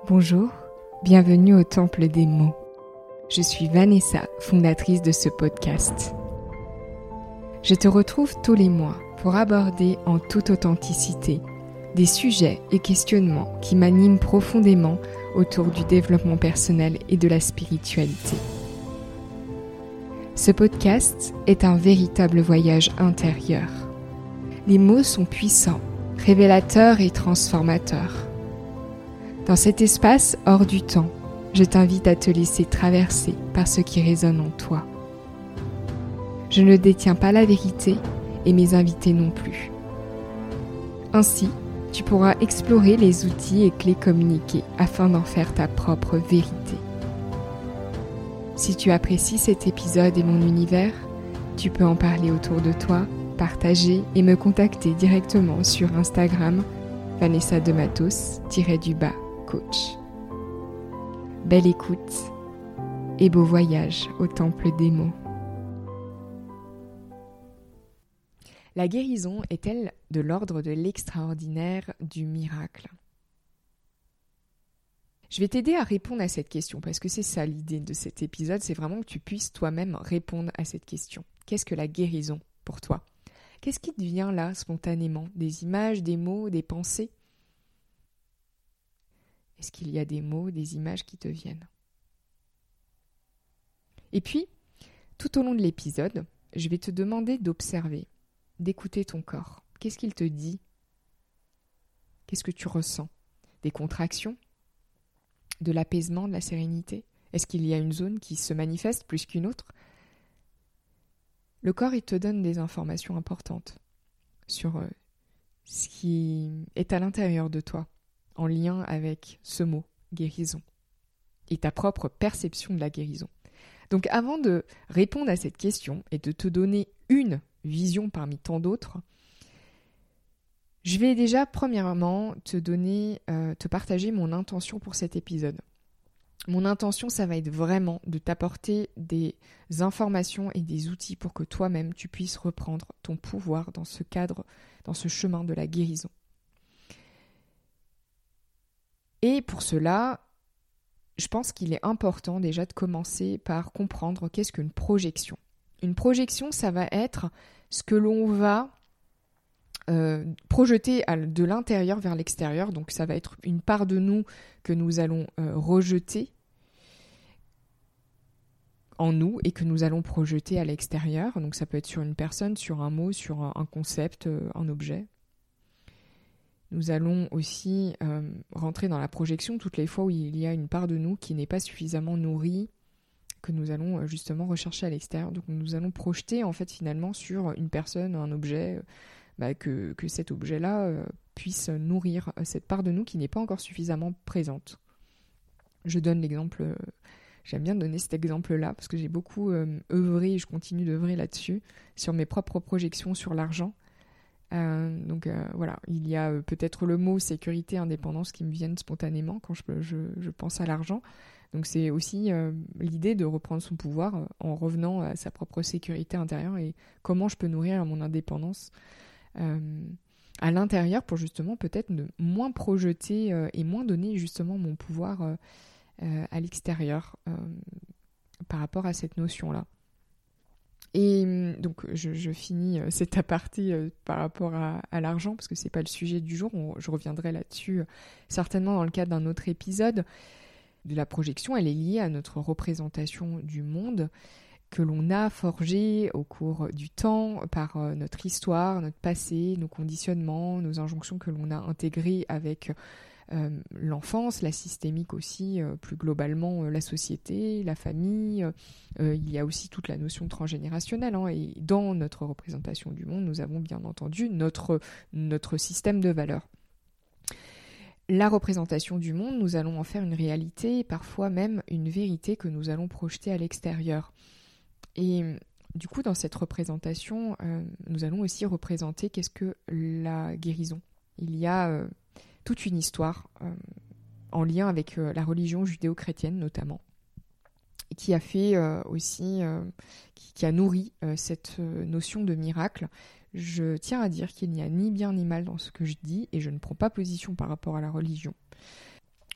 Bonjour, bienvenue au Temple des mots. Je suis Vanessa, fondatrice de ce podcast. Je te retrouve tous les mois pour aborder en toute authenticité des sujets et questionnements qui m'animent profondément autour du développement personnel et de la spiritualité. Ce podcast est un véritable voyage intérieur. Les mots sont puissants, révélateurs et transformateurs. Dans cet espace hors du temps, je t'invite à te laisser traverser par ce qui résonne en toi. Je ne détiens pas la vérité et mes invités non plus. Ainsi, tu pourras explorer les outils et clés communiqués afin d'en faire ta propre vérité. Si tu apprécies cet épisode et mon univers, tu peux en parler autour de toi, partager et me contacter directement sur Instagram Vanessa de Matos-coach. Belle écoute et beau voyage au temple des mots. La guérison est-elle de l'ordre de l'extraordinaire, du miracle ? Je vais t'aider à répondre à cette question parce que c'est ça l'idée de cet épisode, c'est vraiment que tu puisses toi-même répondre à cette question. Qu'est-ce que la guérison pour toi ? Qu'est-ce qui te vient là spontanément ? Des images, des mots, des pensées ? Est-ce qu'il y a des mots, des images qui te viennent ? Et puis, tout au long de l'épisode, je vais te demander d'observer, d'écouter ton corps. Qu'est-ce qu'il te dit ? Qu'est-ce que tu ressens ? Des contractions ? De l'apaisement, de la sérénité ? Est-ce qu'il y a une zone qui se manifeste plus qu'une autre ? Le corps, il te donne des informations importantes sur ce qui est à l'intérieur de toi, en lien avec ce mot, guérison, et ta propre perception de la guérison. Donc avant de répondre à cette question et de te donner une vision parmi tant d'autres, je vais déjà premièrement te partager mon intention pour cet épisode. Mon intention, ça va être vraiment de t'apporter des informations et des outils pour que toi-même tu puisses reprendre ton pouvoir dans ce cadre, dans ce chemin de la guérison. Et pour cela, je pense qu'il est important déjà de commencer par comprendre qu'est-ce qu'une projection. Une projection, ça va être ce que l'on va projeter de l'intérieur vers l'extérieur. Donc ça va être une part de nous que nous allons rejeter en nous et que nous allons projeter à l'extérieur. Donc ça peut être sur une personne, sur un mot, sur un concept, un objet. Nous allons aussi rentrer dans la projection toutes les fois où il y a une part de nous qui n'est pas suffisamment nourrie, que nous allons justement rechercher à l'extérieur. Donc nous allons projeter en fait finalement sur une personne, un objet, que cet objet-là puisse nourrir cette part de nous qui n'est pas encore suffisamment présente. Je donne l'exemple, j'aime bien donner cet exemple-là parce que j'ai beaucoup œuvré et je continue d'œuvrer là-dessus, sur mes propres projections sur l'argent. Voilà, il y a peut-être le mot sécurité, indépendance qui me viennent spontanément quand je pense à l'argent. Donc c'est aussi l'idée de reprendre son pouvoir en revenant à sa propre sécurité intérieure et comment je peux nourrir mon indépendance à l'intérieur pour justement peut-être moins projeter et moins donner justement mon pouvoir à l'extérieur par rapport à cette notion-là. Et donc je finis cet aparté par rapport à l'argent parce que c'est pas le sujet du jour, je reviendrai là-dessus certainement dans le cadre d'un autre épisode. De la projection, elle est liée à notre représentation du monde que l'on a forgé au cours du temps par notre histoire, notre passé, nos conditionnements, nos injonctions que l'on a intégrées avec l'enfance, la systémique aussi, plus globalement la société, la famille. Il y a aussi toute la notion transgénérationnelle. Et dans notre représentation du monde, nous avons bien entendu notre système de valeurs. La représentation du monde, nous allons en faire une réalité, parfois même une vérité que nous allons projeter à l'extérieur. Et du coup, dans cette représentation, nous allons aussi représenter qu'est-ce que la guérison. Il y a toute une histoire en lien avec la religion judéo-chrétienne notamment, qui a fait aussi, qui a nourri cette notion de miracle. Je tiens à dire qu'il n'y a ni bien ni mal dans ce que je dis et je ne prends pas position par rapport à la religion.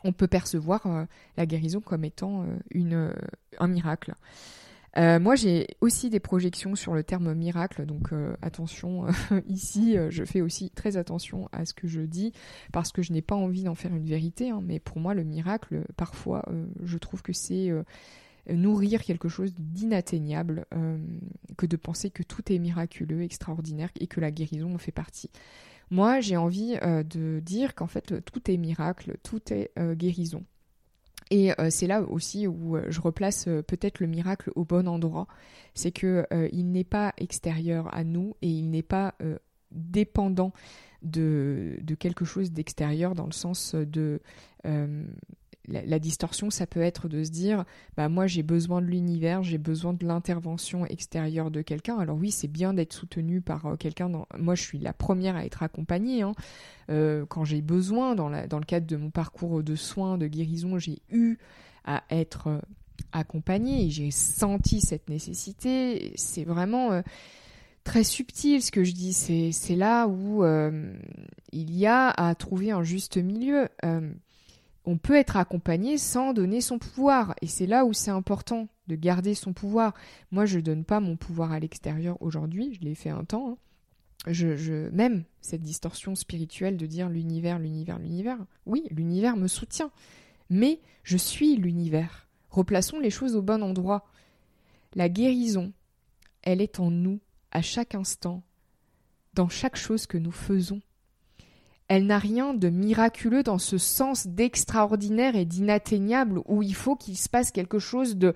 on peut percevoir la guérison comme étant un miracle. Moi, j'ai aussi des projections sur le terme miracle, donc attention, ici, je fais aussi très attention à ce que je dis, parce que je n'ai pas envie d'en faire une vérité, hein, mais pour moi, le miracle, parfois, je trouve que c'est nourrir quelque chose d'inatteignable, que de penser que tout est miraculeux, extraordinaire, et que la guérison en fait partie. Moi, j'ai envie de dire qu'en fait, tout est miracle, tout est guérison. Et c'est là aussi où je replace peut-être le miracle au bon endroit. C'est que il n'est pas extérieur à nous et il n'est pas dépendant de quelque chose d'extérieur, dans le sens de la distorsion. Ça peut être de se dire moi j'ai besoin de l'univers, j'ai besoin de l'intervention extérieure de quelqu'un. Alors oui, c'est bien d'être soutenu par quelqu'un. Moi je suis la première à être accompagnée, hein. Quand j'ai besoin, dans le cadre de mon parcours de soins, de guérison, j'ai eu à être accompagnée et j'ai senti cette nécessité. C'est vraiment très subtil ce que je dis. C'est là où il y a à trouver un juste milieu. On peut être accompagné sans donner son pouvoir. Et c'est là où c'est important de garder son pouvoir. Moi, je ne donne pas mon pouvoir à l'extérieur aujourd'hui. Je l'ai fait un temps, hein. Même cette distorsion spirituelle de dire l'univers. Oui, l'univers me soutient. Mais je suis l'univers. Replaçons les choses au bon endroit. La guérison, elle est en nous, à chaque instant, dans chaque chose que nous faisons. Elle n'a rien de miraculeux dans ce sens d'extraordinaire et d'inatteignable où il faut qu'il se passe quelque chose de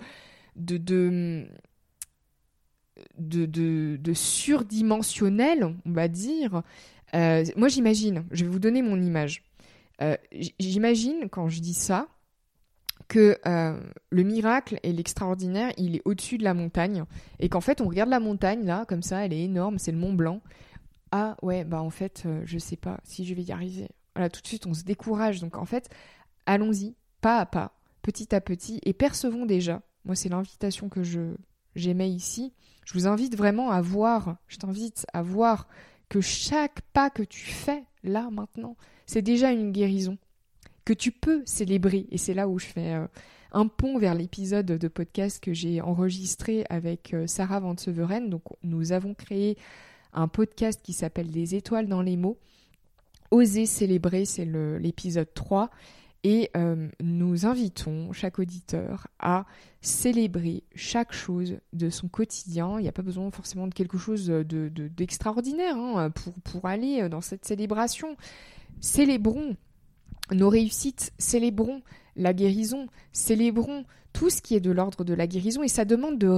surdimensionnel, on va dire. Moi, j'imagine, je vais vous donner mon image. J'imagine, quand je dis ça, que le miracle et l'extraordinaire, il est au-dessus de la montagne, et qu'en fait, on regarde la montagne, là, comme ça, elle est énorme, c'est le Mont Blanc. Ah ouais, en fait, je sais pas si je vais y arriver. Voilà, tout de suite, on se décourage. Donc en fait, allons-y, pas à pas, petit à petit, et percevons déjà. Moi, c'est l'invitation que j'émets ici. Je vous invite vraiment à voir, je t'invite à voir que chaque pas que tu fais, là, maintenant, c'est déjà une guérison, que tu peux célébrer. Et c'est là où je fais un pont vers l'épisode de podcast que j'ai enregistré avec Sarah Van Severen. Donc, nous avons créé un podcast qui s'appelle Des étoiles dans les mots. Oser célébrer, c'est l'épisode 3. Et nous invitons chaque auditeur à célébrer chaque chose de son quotidien. Il n'y a pas besoin forcément de quelque chose d'extraordinaire pour aller dans cette célébration. Célébrons nos réussites, célébrons la guérison, célébrons tout ce qui est de l'ordre de la guérison. Et ça demande de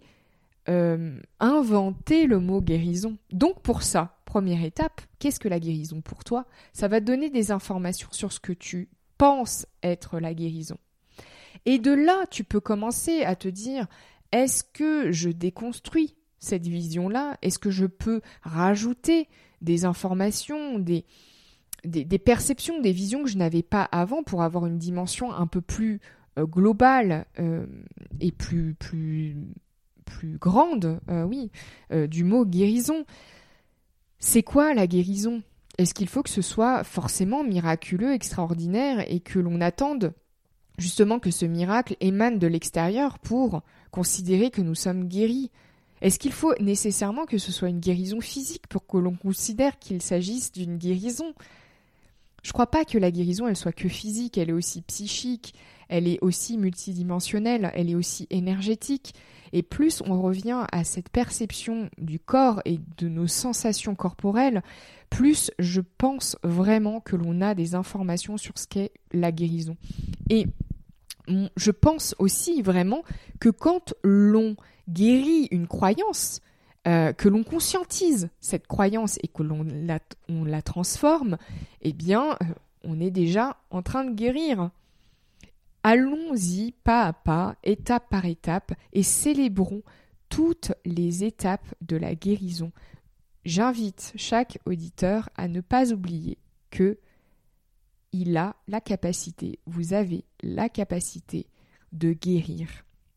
inventer le mot guérison. Donc pour ça, première étape, qu'est-ce que la guérison pour toi ? Ça va te donner des informations sur ce que tu penses être la guérison. Et de là, tu peux commencer à te dire, est-ce que je déconstruis cette vision-là ? Est-ce que je peux rajouter des informations, des perceptions, des visions que je n'avais pas avant pour avoir une dimension un peu plus globale et plus grande, du mot guérison. C'est quoi la guérison ? Est-ce qu'il faut que ce soit forcément miraculeux, extraordinaire et que l'on attende justement que ce miracle émane de l'extérieur pour considérer que nous sommes guéris ? Est-ce qu'il faut nécessairement que ce soit une guérison physique pour que l'on considère qu'il s'agisse d'une guérison ? Je ne crois pas que la guérison, elle soit que physique, elle est aussi psychique, elle est aussi multidimensionnelle, elle est aussi énergétique. Et plus on revient à cette perception du corps et de nos sensations corporelles, plus je pense vraiment que l'on a des informations sur ce qu'est la guérison. Et je pense aussi vraiment que quand l'on guérit une croyance, que l'on conscientise cette croyance et que l'on la transforme, eh bien, on est déjà en train de guérir. Allons-y pas à pas, étape par étape, et célébrons toutes les étapes de la guérison. J'invite chaque auditeur à ne pas oublier que il a la capacité, vous avez la capacité de guérir.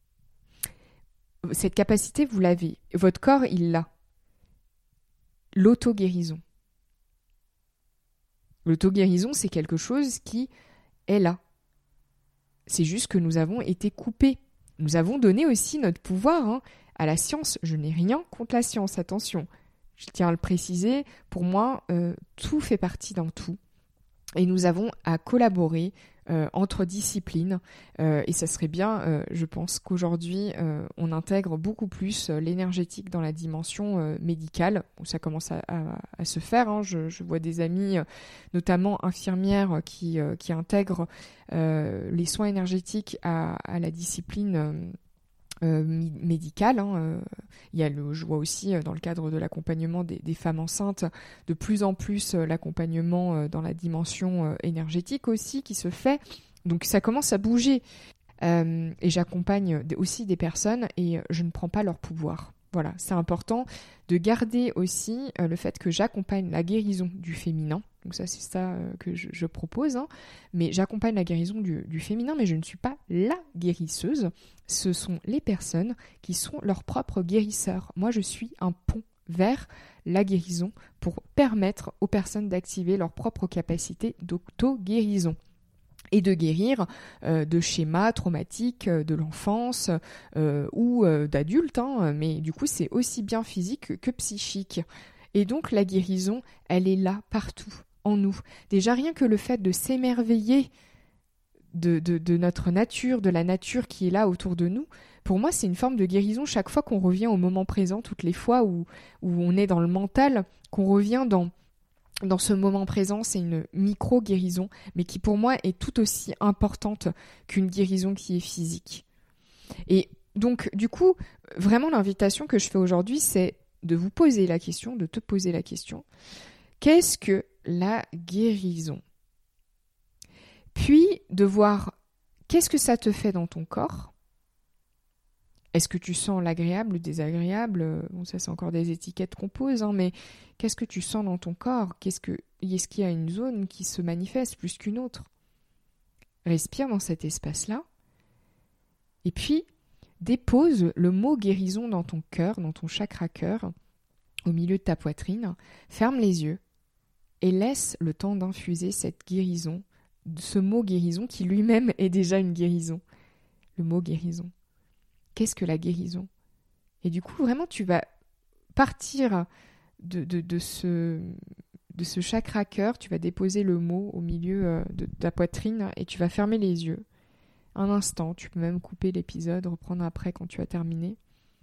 Cette capacité, vous l'avez. Votre corps, il l'a. L'auto-guérison. L'auto-guérison, c'est quelque chose qui est là. C'est juste que nous avons été coupés. Nous avons donné aussi notre pouvoir à la science. Je n'ai rien contre la science, attention. Je tiens à le préciser. Pour moi, tout fait partie d'un tout. Et nous avons à collaborer entre disciplines. Et ça serait bien, je pense qu'aujourd'hui, on intègre beaucoup plus l'énergétique dans la dimension médicale. Bon, ça commence à se faire. Je vois des amis, notamment infirmières, qui intègrent les soins énergétiques à la discipline médicale. Je vois aussi dans le cadre de l'accompagnement des femmes enceintes de plus en plus l'accompagnement dans la dimension énergétique aussi qui se fait. Donc ça commence à bouger. Et j'accompagne aussi des personnes et je ne prends pas leur pouvoir. Voilà, c'est important de garder aussi le fait que j'accompagne la guérison du féminin. Donc ça, c'est ça que je propose. Mais j'accompagne la guérison du féminin, mais je ne suis pas la guérisseuse. Ce sont les personnes qui sont leurs propres guérisseurs. Moi, je suis un pont vers la guérison pour permettre aux personnes d'activer leur propre capacité d'auto-guérison et de guérir de schémas traumatiques de l'enfance ou d'adultes. Mais du coup, c'est aussi bien physique que psychique. Et donc, la guérison, elle est là partout, en nous. Déjà, rien que le fait de s'émerveiller de notre nature, de la nature qui est là autour de nous, pour moi, c'est une forme de guérison chaque fois qu'on revient au moment présent, toutes les fois où on est dans le mental, qu'on revient dans ce moment présent, c'est une micro-guérison, mais qui pour moi est tout aussi importante qu'une guérison qui est physique. Et donc, du coup, vraiment l'invitation que je fais aujourd'hui, c'est de vous poser la question, de te poser la question, qu'est-ce que la guérison ? Puis de voir qu'est-ce que ça te fait dans ton corps ? Est-ce que tu sens l'agréable, le désagréable ? Bon, ça, c'est encore des étiquettes qu'on pose, mais qu'est-ce que tu sens dans ton corps ? Est-ce qu'il y a une zone qui se manifeste plus qu'une autre ? Respire dans cet espace-là. Et puis, dépose le mot guérison dans ton cœur, dans ton chakra cœur, au milieu de ta poitrine. Ferme les yeux et laisse le temps d'infuser cette guérison, ce mot guérison qui lui-même est déjà une guérison. Le mot guérison. Qu'est-ce que la guérison ? Et du coup, vraiment, tu vas partir de ce chakra cœur, tu vas déposer le mot au milieu de ta poitrine et tu vas fermer les yeux. Un instant, tu peux même couper l'épisode, reprendre après quand tu as terminé.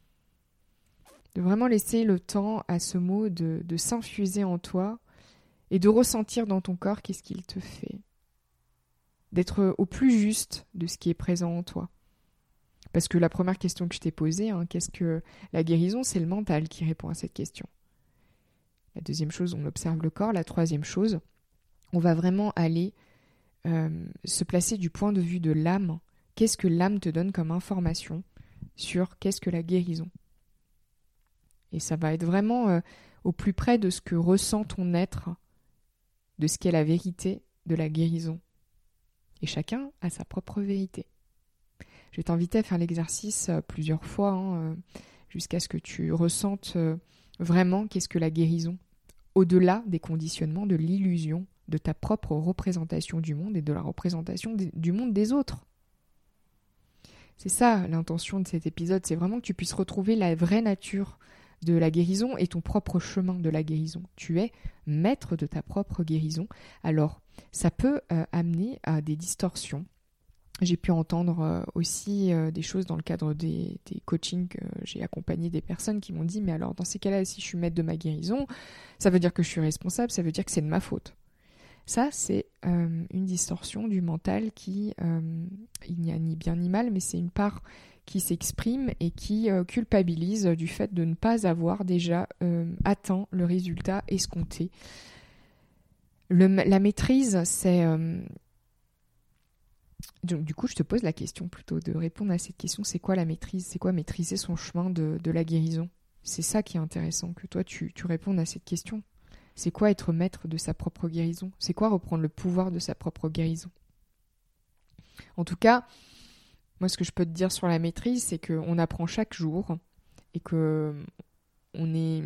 De vraiment laisser le temps à ce mot de s'infuser en toi et de ressentir dans ton corps qu'est-ce qu'il te fait. D'être au plus juste de ce qui est présent en toi. Parce que la première question que je t'ai posée, qu'est-ce que la guérison ? C'est le mental qui répond à cette question. La deuxième chose, on observe le corps. La troisième chose, on va vraiment aller se placer du point de vue de l'âme. Qu'est-ce que l'âme te donne comme information sur qu'est-ce que la guérison ? Et ça va être vraiment au plus près de ce que ressent ton être, de ce qu'est la vérité de la guérison. Et chacun a sa propre vérité. Je vais t'inviter à faire l'exercice plusieurs fois, jusqu'à ce que tu ressentes vraiment qu'est-ce que la guérison, au-delà des conditionnements, de l'illusion, de ta propre représentation du monde et de la représentation du monde des autres. C'est ça l'intention de cet épisode, c'est vraiment que tu puisses retrouver la vraie nature de la guérison et ton propre chemin de la guérison. Tu es maître de ta propre guérison. Alors, ça peut amener à des distorsions. J'ai pu entendre aussi des choses dans le cadre des coachings que j'ai accompagné des personnes qui m'ont dit « Mais alors, dans ces cas-là, si je suis maître de ma guérison, ça veut dire que je suis responsable, ça veut dire que c'est de ma faute. » Ça, c'est une distorsion du mental qui, il n'y a ni bien ni mal, mais c'est une part qui s'exprime et qui culpabilise du fait de ne pas avoir déjà atteint le résultat escompté. La maîtrise, c'est... Donc, du coup, je te pose la question plutôt de répondre à cette question. C'est quoi la maîtrise ? C'est quoi maîtriser son chemin de la guérison ? C'est ça qui est intéressant, que toi, tu répondes à cette question. C'est quoi être maître de sa propre guérison ? C'est quoi reprendre le pouvoir de sa propre guérison ? En tout cas, moi, ce que je peux te dire sur la maîtrise, c'est qu'on apprend chaque jour et qu'on est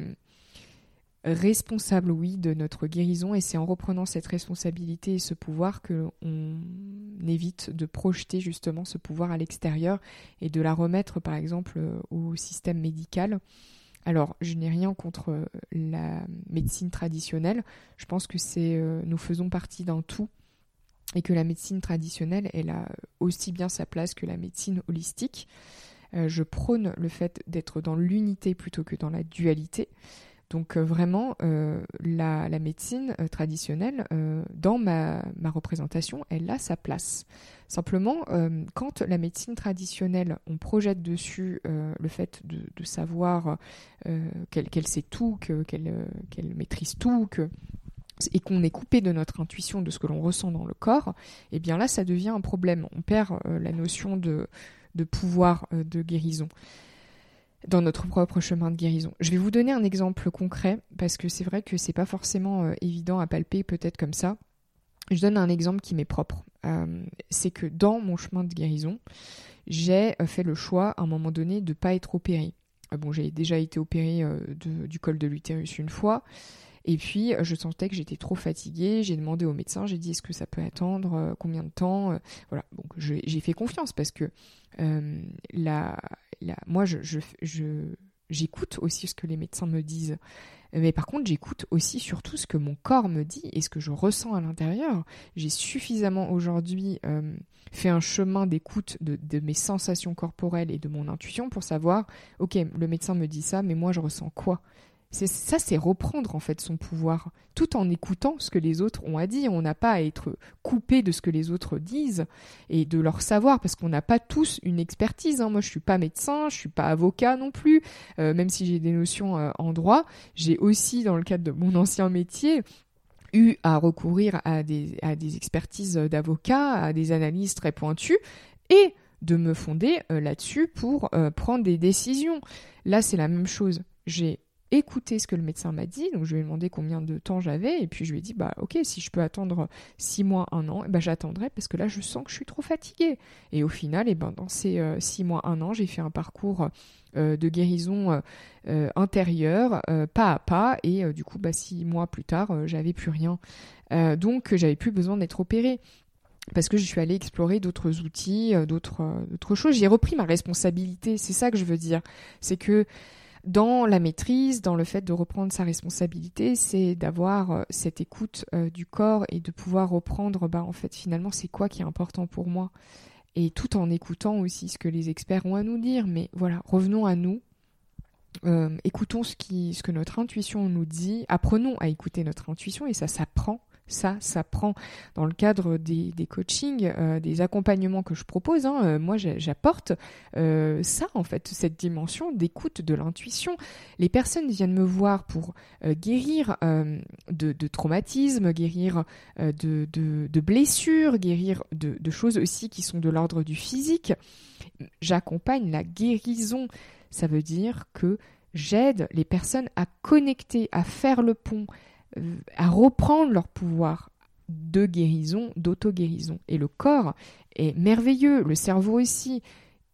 responsable, oui, de notre guérison. Et c'est en reprenant cette responsabilité et ce pouvoir qu'on évite de projeter justement ce pouvoir à l'extérieur et de la remettre par exemple au système médical. Alors, je n'ai rien contre la médecine traditionnelle. Je pense que nous faisons partie d'un tout et que la médecine traditionnelle, elle a aussi bien sa place que la médecine holistique. Je prône le fait d'être dans l'unité plutôt que dans la dualité. Donc vraiment, la médecine traditionnelle, dans ma représentation, elle a sa place. Simplement, quand la médecine traditionnelle, on projette dessus le fait de savoir qu'elle sait tout, qu'elle maîtrise tout, et qu'on est coupé de notre intuition, de ce que l'on ressent dans le corps, eh bien là, ça devient un problème. On perd la notion de pouvoir de guérison dans notre propre chemin de guérison. Je vais vous donner un exemple concret, parce que c'est vrai que c'est pas forcément évident à palper peut-être comme ça. Je donne un exemple qui m'est propre. C'est que dans mon chemin de guérison, j'ai fait le choix à un moment donné de ne pas être opérée. Bon, j'ai déjà été opérée du col de l'utérus une fois, et puis je sentais que j'étais trop fatiguée. J'ai demandé au médecin, j'ai dit est-ce que ça peut attendre, combien de temps, voilà. Donc j'ai fait confiance parce que moi j'écoute aussi ce que les médecins me disent. Mais par contre, j'écoute aussi surtout ce que mon corps me dit et ce que je ressens à l'intérieur. J'ai suffisamment aujourd'hui fait un chemin d'écoute de mes sensations corporelles et de mon intuition pour savoir, ok, le médecin me dit ça, mais moi je ressens quoi ? C'est reprendre en fait son pouvoir, tout en écoutant ce que les autres ont à dire. On n'a pas à être coupé de ce que les autres disent et de leur savoir, parce qu'on n'a pas tous une expertise. Moi, je suis pas médecin, je suis pas avocat non plus, même si j'ai des notions en droit. J'ai aussi, dans le cadre de mon ancien métier, eu à recourir à des expertises d'avocats, à des analyses très pointues, et de me fonder là-dessus pour prendre des décisions. Là, c'est la même chose. J'ai écouter ce que le médecin m'a dit, donc je lui ai demandé combien de temps j'avais, et puis je lui ai dit, ok, si je peux attendre 6 mois, 1 an, j'attendrai, parce que là, je sens que je suis trop fatiguée. Et au final, dans ces 6 mois, 1 an, j'ai fait un parcours de guérison intérieure, pas à pas, et du coup, 6 mois plus tard, j'avais plus rien. Donc, j'avais plus besoin d'être opérée. Parce que je suis allée explorer d'autres outils, d'autres choses. J'ai repris ma responsabilité, c'est ça que je veux dire. C'est que dans la maîtrise, dans le fait de reprendre sa responsabilité, c'est d'avoir cette écoute du corps et de pouvoir reprendre, en fait, finalement, c'est quoi qui est important pour moi. Et tout en écoutant aussi ce que les experts ont à nous dire. Mais voilà, revenons à nous. Écoutons ce que notre intuition nous dit. Apprenons à écouter notre intuition et ça s'apprend. Ça prend dans le cadre des coachings, des accompagnements que je propose. Moi, j'apporte ça, en fait, cette dimension d'écoute de l'intuition. Les personnes viennent me voir pour guérir de traumatismes, guérir de blessures, guérir de choses aussi qui sont de l'ordre du physique. J'accompagne la guérison. Ça veut dire que j'aide les personnes à connecter, à faire le pont, à reprendre leur pouvoir de guérison, d'auto-guérison. Et le corps est merveilleux, le cerveau aussi.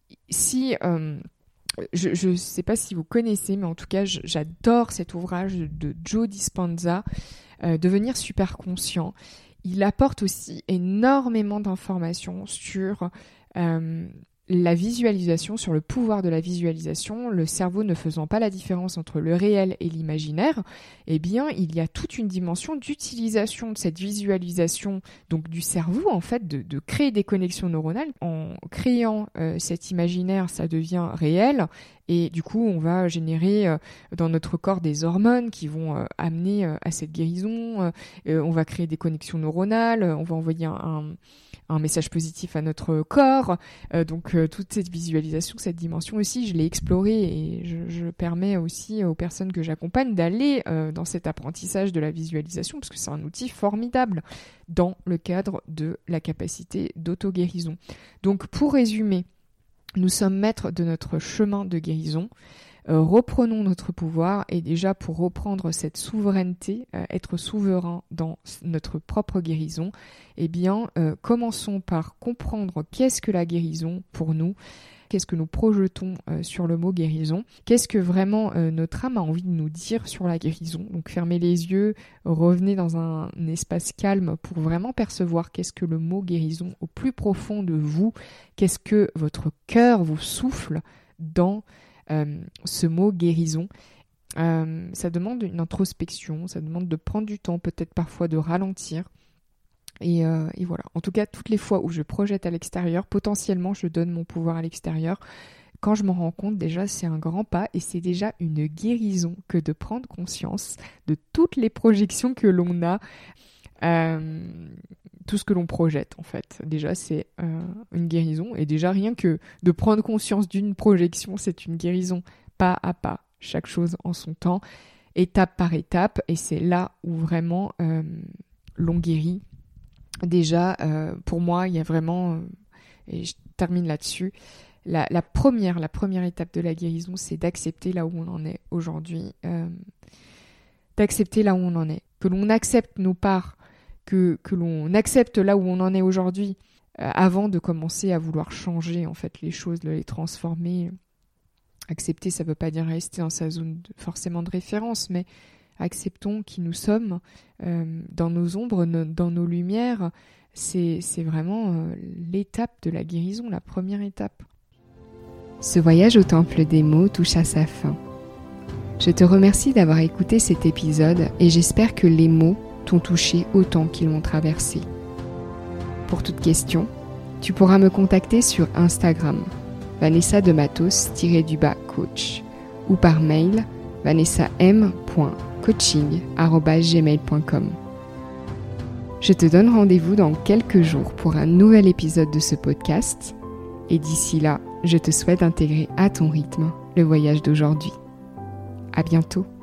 Si je ne sais pas si vous connaissez, mais en tout cas, j'adore cet ouvrage de Joe Dispenza, Devenir super conscient. Il apporte aussi énormément d'informations sur la visualisation, sur le pouvoir de la visualisation, le cerveau ne faisant pas la différence entre le réel et l'imaginaire, eh bien, il y a toute une dimension d'utilisation de cette visualisation, donc du cerveau, en fait, de créer des connexions neuronales. En créant cet imaginaire, ça devient réel, et du coup, on va générer dans notre corps des hormones qui vont amener à cette guérison, on va créer des connexions neuronales, on va envoyer un message positif à notre corps. Donc toute cette visualisation, cette dimension aussi, je l'ai explorée et je permets aussi aux personnes que j'accompagne d'aller dans cet apprentissage de la visualisation parce que c'est un outil formidable dans le cadre de la capacité d'auto-guérison. Donc pour résumer, nous sommes maîtres de notre chemin de guérison. Reprenons notre pouvoir et déjà pour reprendre cette souveraineté, être souverain dans notre propre guérison, eh bien commençons par comprendre qu'est-ce que la guérison pour nous. qu'est-ce que nous projetons sur le mot guérison, qu'est-ce que vraiment notre âme a envie de nous dire sur la guérison. Donc fermez les yeux, revenez dans un espace calme pour vraiment percevoir qu'est-ce que le mot guérison au plus profond de vous, qu'est-ce que votre cœur vous souffle dans ce mot guérison. Ça demande une introspection, ça demande de prendre du temps, peut-être parfois de ralentir. Et voilà. En tout cas, toutes les fois où je projette à l'extérieur, potentiellement je donne mon pouvoir à l'extérieur. Quand je m'en rends compte, déjà c'est un grand pas et c'est déjà une guérison que de prendre conscience de toutes les projections que l'on a, tout ce que l'on projette en fait. Déjà c'est une guérison et déjà rien que de prendre conscience d'une projection, c'est une guérison pas à pas. Chaque chose en son temps, étape par étape, et c'est là où vraiment l'on guérit. Déjà, pour moi, il y a vraiment, et je termine là-dessus, la première étape de la guérison, c'est d'accepter là où on en est aujourd'hui, d'accepter là où on en est, que l'on accepte nos parts, que l'on accepte là où on en est aujourd'hui, avant de commencer à vouloir changer en fait les choses, les transformer. Accepter, ça ne veut pas dire rester dans sa zone forcément de référence, mais acceptons qui nous sommes, dans nos ombres, dans nos lumières. C'est vraiment l'étape de la guérison, la première étape. Ce voyage au temple des mots touche à sa fin. Je te remercie d'avoir écouté cet épisode et j'espère que les mots t'ont touché autant qu'ils m'ont traversé. Pour toute question, tu pourras me contacter sur Instagram, Vanessa de Matos-coach, ou par mail vanessam.coaching@gmail.com. Je te donne rendez-vous dans quelques jours pour un nouvel épisode de ce podcast, et d'ici là, je te souhaite d'intégrer à ton rythme le voyage d'aujourd'hui. À bientôt.